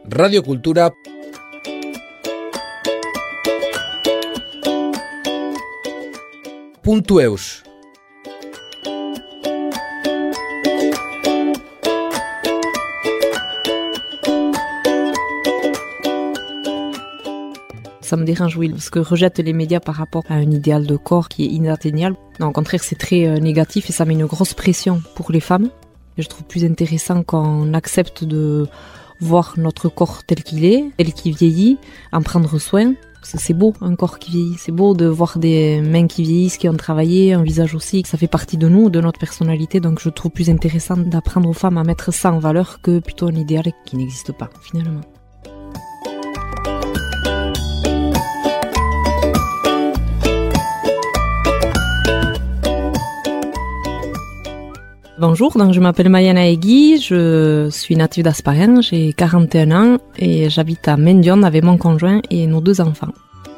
Radiokultura .eus. Ça me dérange, oui, parce que rejettent les médias par rapport à un idéal de corps qui est inatteignable. Non, au contraire, c'est très négatif et ça met une grosse pression pour les femmes. Et je trouve plus intéressant qu'on accepte de voir notre corps tel qu'il est, tel qu'il vieillit, en prendre soin. Parce que c'est beau, un corps qui vieillit. C'est beau de voir des mains qui vieillissent, qui ont travaillé, un visage aussi. Ça fait partie de nous, de notre personnalité. Donc je trouve plus intéressant d'apprendre aux femmes à mettre ça en valeur que plutôt un idéal qui n'existe pas, finalement. Bonjour, donc je m'appelle Mayana Egui, je suis native d'Hasparren, j'ai 41 ans et j'habite à Mendion avec mon conjoint et nos 2 enfants.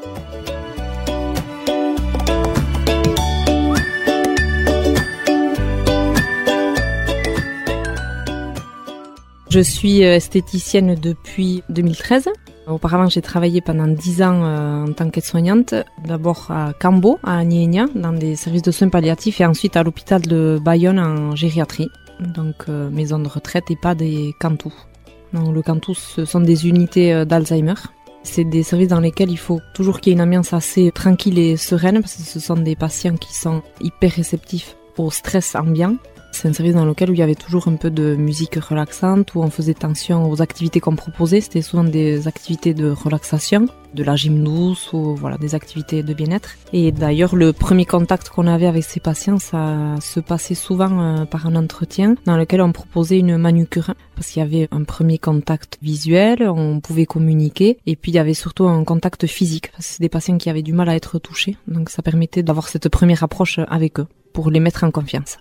Je suis esthéticienne depuis 2013. Auparavant, j'ai travaillé pendant 10 ans en tant qu'aide-soignante, d'abord à Cambo, à Agnénia, dans des services de soins palliatifs, et ensuite à l'hôpital de Bayonne en gériatrie, donc maison de retraite, EHPAD et Cantou. Donc, le Cantou, ce sont des unités d'Alzheimer. C'est des services dans lesquels il faut toujours qu'il y ait une ambiance assez tranquille et sereine, parce que ce sont des patients qui sont hyper réceptifs au stress ambiant. C'est un service dans lequel il y avait toujours un peu de musique relaxante, où on faisait attention aux activités qu'on proposait. C'était souvent des activités de relaxation, de la gym douce ou voilà, des activités de bien-être. Et d'ailleurs, le premier contact qu'on avait avec ces patients, ça se passait souvent par un entretien dans lequel on proposait une manucure. Parce qu'il y avait un premier contact visuel, on pouvait communiquer. Et puis il y avait surtout un contact physique, parce que c'est des patients qui avaient du mal à être touchés. Donc ça permettait d'avoir cette première approche avec eux, pour les mettre en confiance.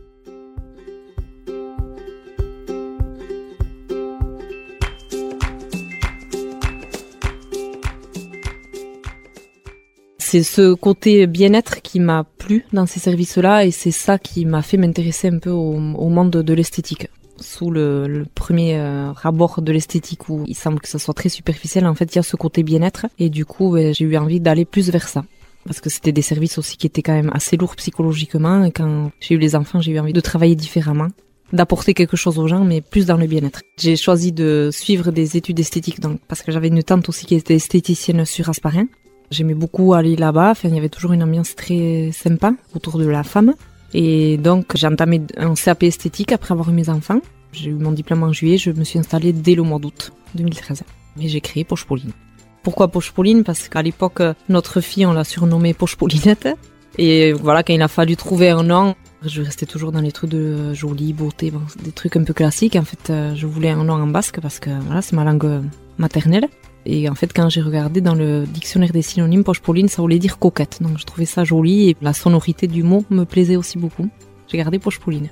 C'est ce côté bien-être qui m'a plu dans ces services-là et c'est ça qui m'a fait m'intéresser un peu au monde de l'esthétique. Sous le premier abord de l'esthétique où il semble que ça soit très superficiel, en fait il y a ce côté bien-être et du coup j'ai eu envie d'aller plus vers ça. Parce que c'était des services aussi qui étaient quand même assez lourds psychologiquement et quand j'ai eu les enfants j'ai eu envie de travailler différemment, d'apporter quelque chose aux gens mais plus dans le bien-être. J'ai choisi de suivre des études esthétiques donc, parce que j'avais une tante aussi qui était esthéticienne sur Hasparren. J'aimais beaucoup aller là-bas, il y avait toujours une ambiance très sympa autour de la femme. Et donc j'ai entamé un CAP esthétique après avoir eu mes enfants. J'ai eu mon diplôme en juillet, je me suis installée dès le mois d'août 2013. Et j'ai créé Poche Pauline. Pourquoi Poche Pauline ? Parce qu'à l'époque, notre fille, on l'a surnommée Poche Paulinette. Et voilà, quand il a fallu trouver un nom, je restais toujours dans les trucs de jolie, beauté, bon, des trucs un peu classiques. En fait, je voulais un nom en basque parce que voilà, c'est ma langue maternelle. Et en fait, quand j'ai regardé dans le dictionnaire des synonymes, Poche Pauline, ça voulait dire coquette. Donc je trouvais ça joli et la sonorité du mot me plaisait aussi beaucoup. J'ai gardé Poche Pauline.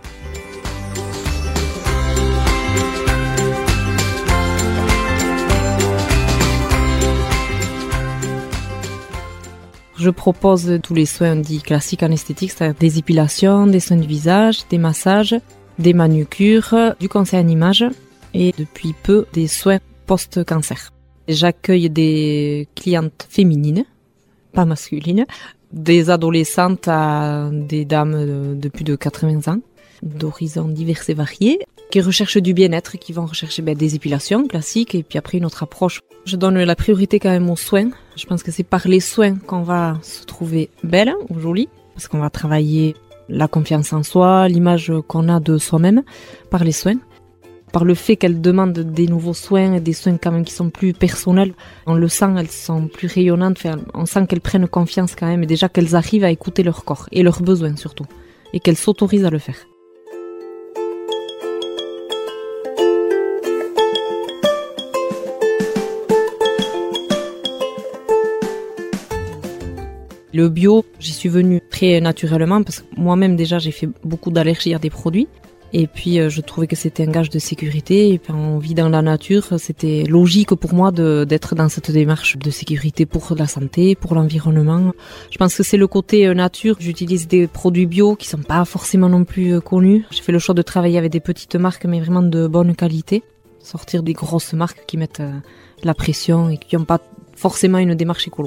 Je propose tous les soins dits classiques en esthétique, c'est-à-dire des épilations, des soins de visage, des massages, des manucures, du conseil en images et depuis peu des soins post-cancer. J'accueille des clientes féminines, pas masculines, des adolescentes à des dames de plus de 80 ans, d'horizons divers et variés, qui recherchent du bien-être, qui vont rechercher des épilations classiques et puis après une autre approche. Je donne la priorité quand même aux soins. Je pense que c'est par les soins qu'on va se trouver belle ou jolie, parce qu'on va travailler la confiance en soi, l'image qu'on a de soi-même par les soins. Par le fait qu'elles demandent des nouveaux soins et des soins quand même qui sont plus personnels, on le sent, elles sont plus rayonnantes, on sent qu'elles prennent confiance quand même et déjà qu'elles arrivent à écouter leur corps et leurs besoins surtout, et qu'elles s'autorisent à le faire. Le bio, j'y suis venue très naturellement parce que moi-même déjà j'ai fait beaucoup d'allergies à des produits. Et puis je trouvais que c'était un gage de sécurité. Et puis on vit dans la nature, c'était logique pour moi d'être dans cette démarche de sécurité pour la santé, pour l'environnement. Je pense que c'est le côté nature. J'utilise des produits bio qui sont pas forcément non plus connus. J'ai fait le choix de travailler avec des petites marques mais vraiment de bonne qualité. Sortir des grosses marques qui mettent la pression et qui n'ont pas forcément une démarche écolo.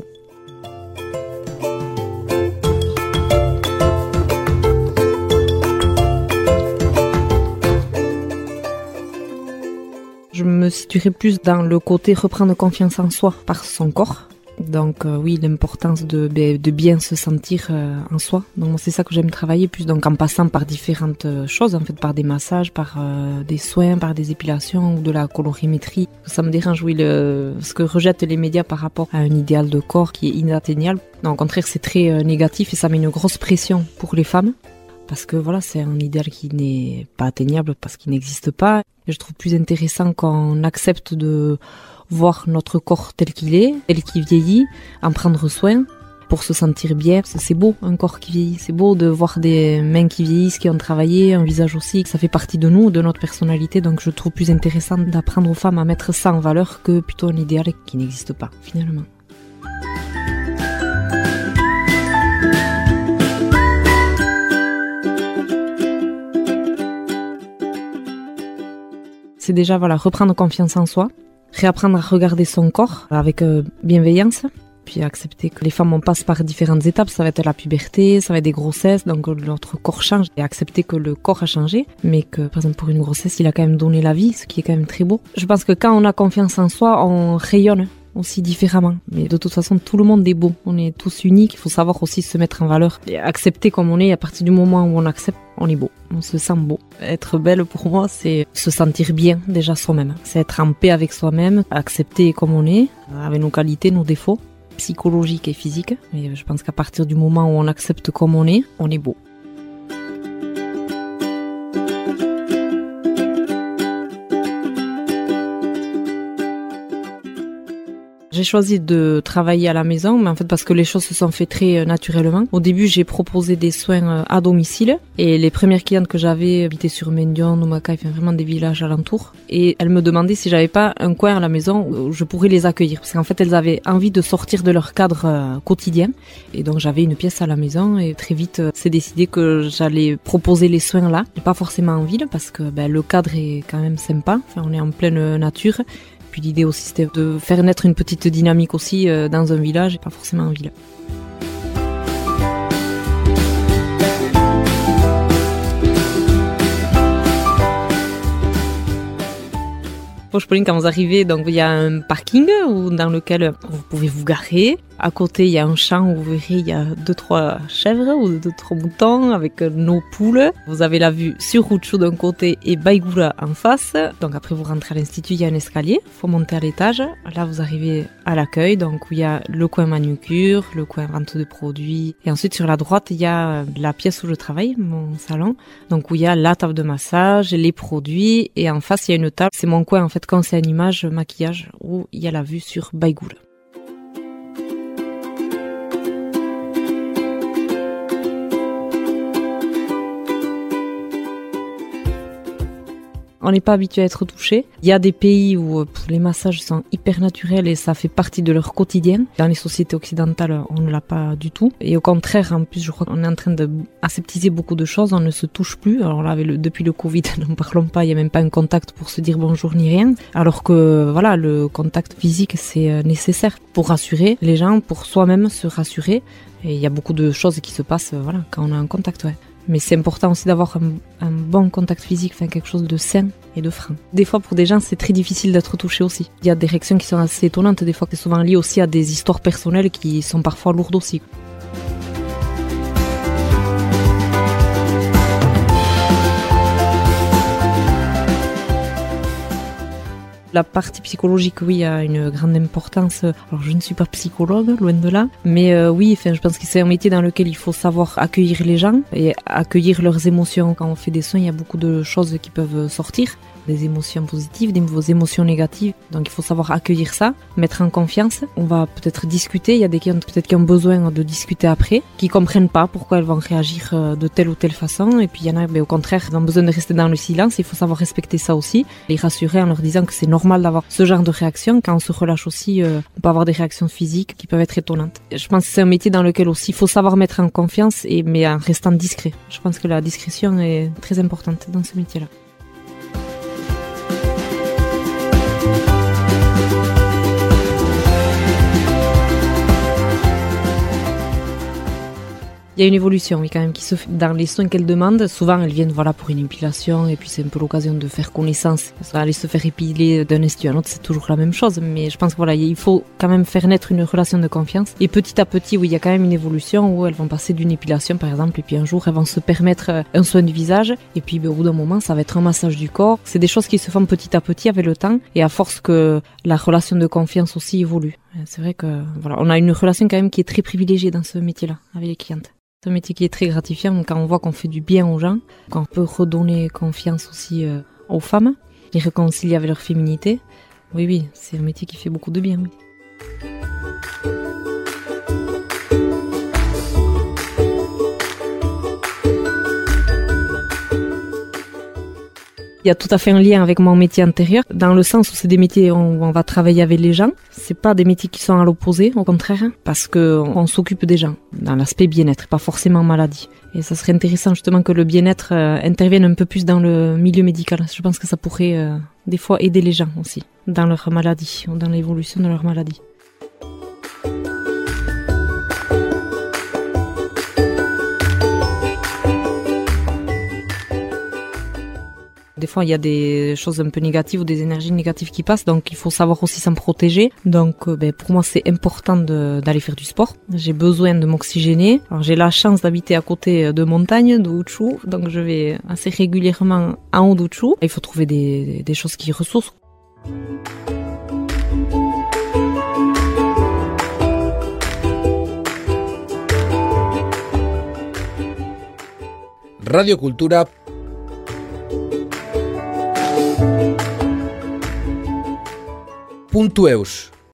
Je me situerai plus dans le côté reprendre confiance en soi par son corps. Donc oui, l'importance de bien se sentir en soi. Donc c'est ça que j'aime travailler plus, donc en passant par différentes choses, en fait, par des massages, par des soins, par des épilations ou de la colorimétrie. Ça me dérange, oui, ce que rejettent les médias par rapport à un idéal de corps qui est inatteignable. Non, au contraire, c'est très négatif et ça met une grosse pression pour les femmes. Parce que voilà, c'est un idéal qui n'est pas atteignable parce qu'il n'existe pas. Et je trouve plus intéressant qu'on accepte de voir notre corps tel qu'il est, tel qu'il vieillit, en prendre soin pour se sentir bien. C'est beau, un corps qui vieillit. C'est beau de voir des mains qui vieillissent, qui ont travaillé, un visage aussi. Ça fait partie de nous, de notre personnalité. Donc je trouve plus intéressant d'apprendre aux femmes à mettre ça en valeur que plutôt un idéal qui n'existe pas, finalement. C'est déjà reprendre confiance en soi, réapprendre à regarder son corps avec bienveillance, puis accepter que les femmes on passe par différentes étapes, ça va être la puberté, ça va être des grossesses, donc notre corps change, et accepter que le corps a changé, mais que par exemple pour une grossesse il a quand même donné la vie, ce qui est quand même très beau. Je pense que quand on a confiance en soi, on rayonne aussi différemment, mais de toute façon tout le monde est beau, on est tous uniques, il faut savoir aussi se mettre en valeur et accepter comme on est. À partir du moment où on accepte, on est beau, on se sent beau. Être belle pour moi, c'est se sentir bien déjà soi-même, c'est être en paix avec soi-même, accepter comme on est, avec nos qualités, nos défauts psychologiques et physiques. Et je pense qu'à partir du moment où on accepte comme on est beau. J'ai choisi de travailler à la maison, mais en fait parce que les choses se sont faites très naturellement. Au début, j'ai proposé des soins à domicile et les premières clientes que j'avais habitaient sur Mendion, Nomaka, enfin vraiment des villages alentours. Et elles me demandaient si j'avais pas un coin à la maison où je pourrais les accueillir. Parce qu'en fait, elles avaient envie de sortir de leur cadre quotidien. Et donc j'avais une pièce à la maison et très vite, c'est décidé que j'allais proposer les soins là. Et pas forcément en ville parce que le cadre est quand même sympa. Enfin, on est en pleine nature. Puis l'idée aussi c'était de faire naître une petite dynamique aussi dans un village et pas forcément en ville. Pauling, quand vous arrivez, donc il y a un parking dans lequel vous pouvez vous garer. À côté, il y a un champ où vous verrez, il y a 2-3 chèvres ou 2-3 moutons avec nos poules. Vous avez la vue sur Rutshou d'un côté et Baïgoula en face. Donc après, vous rentrez à l'institut, il y a un escalier. Il faut monter à l'étage. Là, vous arrivez à l'accueil, donc où il y a le coin manucure, le coin vente de produits. Et ensuite, sur la droite, il y a la pièce où je travaille, mon salon. Donc où il y a la table de massage, les produits. Et en face, il y a une table. C'est mon coin, en fait, conseil en image, maquillage, où il y a la vue sur Baïgoula. On n'est pas habitué à être touché. Il y a des pays où les massages sont hyper naturels et ça fait partie de leur quotidien. Dans les sociétés occidentales, on ne l'a pas du tout. Et au contraire, en plus, je crois qu'on est en train d'aseptiser beaucoup de choses. On ne se touche plus. Alors là, depuis le Covid, n'en parlons pas. Il n'y a même pas un contact pour se dire bonjour ni rien. Alors que voilà, le contact physique, c'est nécessaire pour rassurer les gens, pour soi-même se rassurer. Et il y a beaucoup de choses qui se passent quand on a un contact, ouais. Mais c'est important aussi d'avoir un bon contact physique, quelque chose de sain et de franc. Des fois, pour des gens, c'est très difficile d'être touché aussi. Il y a des réactions qui sont assez étonnantes. Des fois, c'est souvent lié aussi à des histoires personnelles qui sont parfois lourdes aussi. La partie psychologique, oui, a une grande importance. Alors, je ne suis pas psychologue, loin de là. Mais oui, je pense que c'est un métier dans lequel il faut savoir accueillir les gens et accueillir leurs émotions. Quand on fait des soins, il y a beaucoup de choses qui peuvent sortir. Des émotions positives, des émotions négatives. Donc il faut savoir accueillir ça, mettre en confiance. On va peut-être discuter. Il y a des clients peut-être qui ont besoin de discuter après, qui comprennent pas pourquoi elles vont réagir de telle ou telle façon. Et puis il y en a, au contraire, qui ont besoin de rester dans le silence. Il faut savoir respecter ça aussi. Les rassurer en leur disant que c'est normal d'avoir ce genre de réaction. Quand on se relâche aussi, on peut avoir des réactions physiques qui peuvent être étonnantes. Je pense que c'est un métier dans lequel aussi il faut savoir mettre en confiance, mais en restant discret. Je pense que la discrétion est très importante dans ce métier-là. Il y a une évolution, oui, quand même, qui se fait dans les soins qu'elles demandent. Souvent, elles viennent, pour une épilation, et puis c'est un peu l'occasion de faire connaissance. Aller se faire épiler d'un institut à un autre, c'est toujours la même chose. Mais je pense que il faut quand même faire naître une relation de confiance. Et petit à petit, oui, il y a quand même une évolution où elles vont passer d'une épilation, par exemple, et puis un jour, elles vont se permettre un soin du visage. Et puis, au bout d'un moment, ça va être un massage du corps. C'est des choses qui se font petit à petit avec le temps, et à force que la relation de confiance aussi évolue. C'est vrai que, on a une relation quand même qui est très privilégiée dans ce métier-là, avec les clientes. C'est un métier qui est très gratifiant quand on voit qu'on fait du bien aux gens, qu'on peut redonner confiance aussi aux femmes, les réconcilier avec leur féminité. Oui, c'est un métier qui fait beaucoup de bien, oui. Il y a tout à fait un lien avec mon métier antérieur, dans le sens où c'est des métiers où on va travailler avec les gens. C'est pas des métiers qui sont à l'opposé, au contraire, parce que on s'occupe des gens, dans l'aspect bien-être, pas forcément maladie. Et ça serait intéressant justement que le bien-être intervienne un peu plus dans le milieu médical. Je pense que ça pourrait des fois aider les gens aussi, dans leur maladie, ou dans l'évolution de leur maladie. Des fois, il y a des choses un peu négatives ou des énergies négatives qui passent, donc il faut savoir aussi s'en protéger. Donc, pour moi, c'est important d'aller faire du sport. J'ai besoin de m'oxygéner. Alors, j'ai la chance d'habiter à côté de montagnes, de Wuchu, donc je vais assez régulièrement en haut d'Wuchu. Il faut trouver des choses qui ressourcent. Radio Cultura. .eus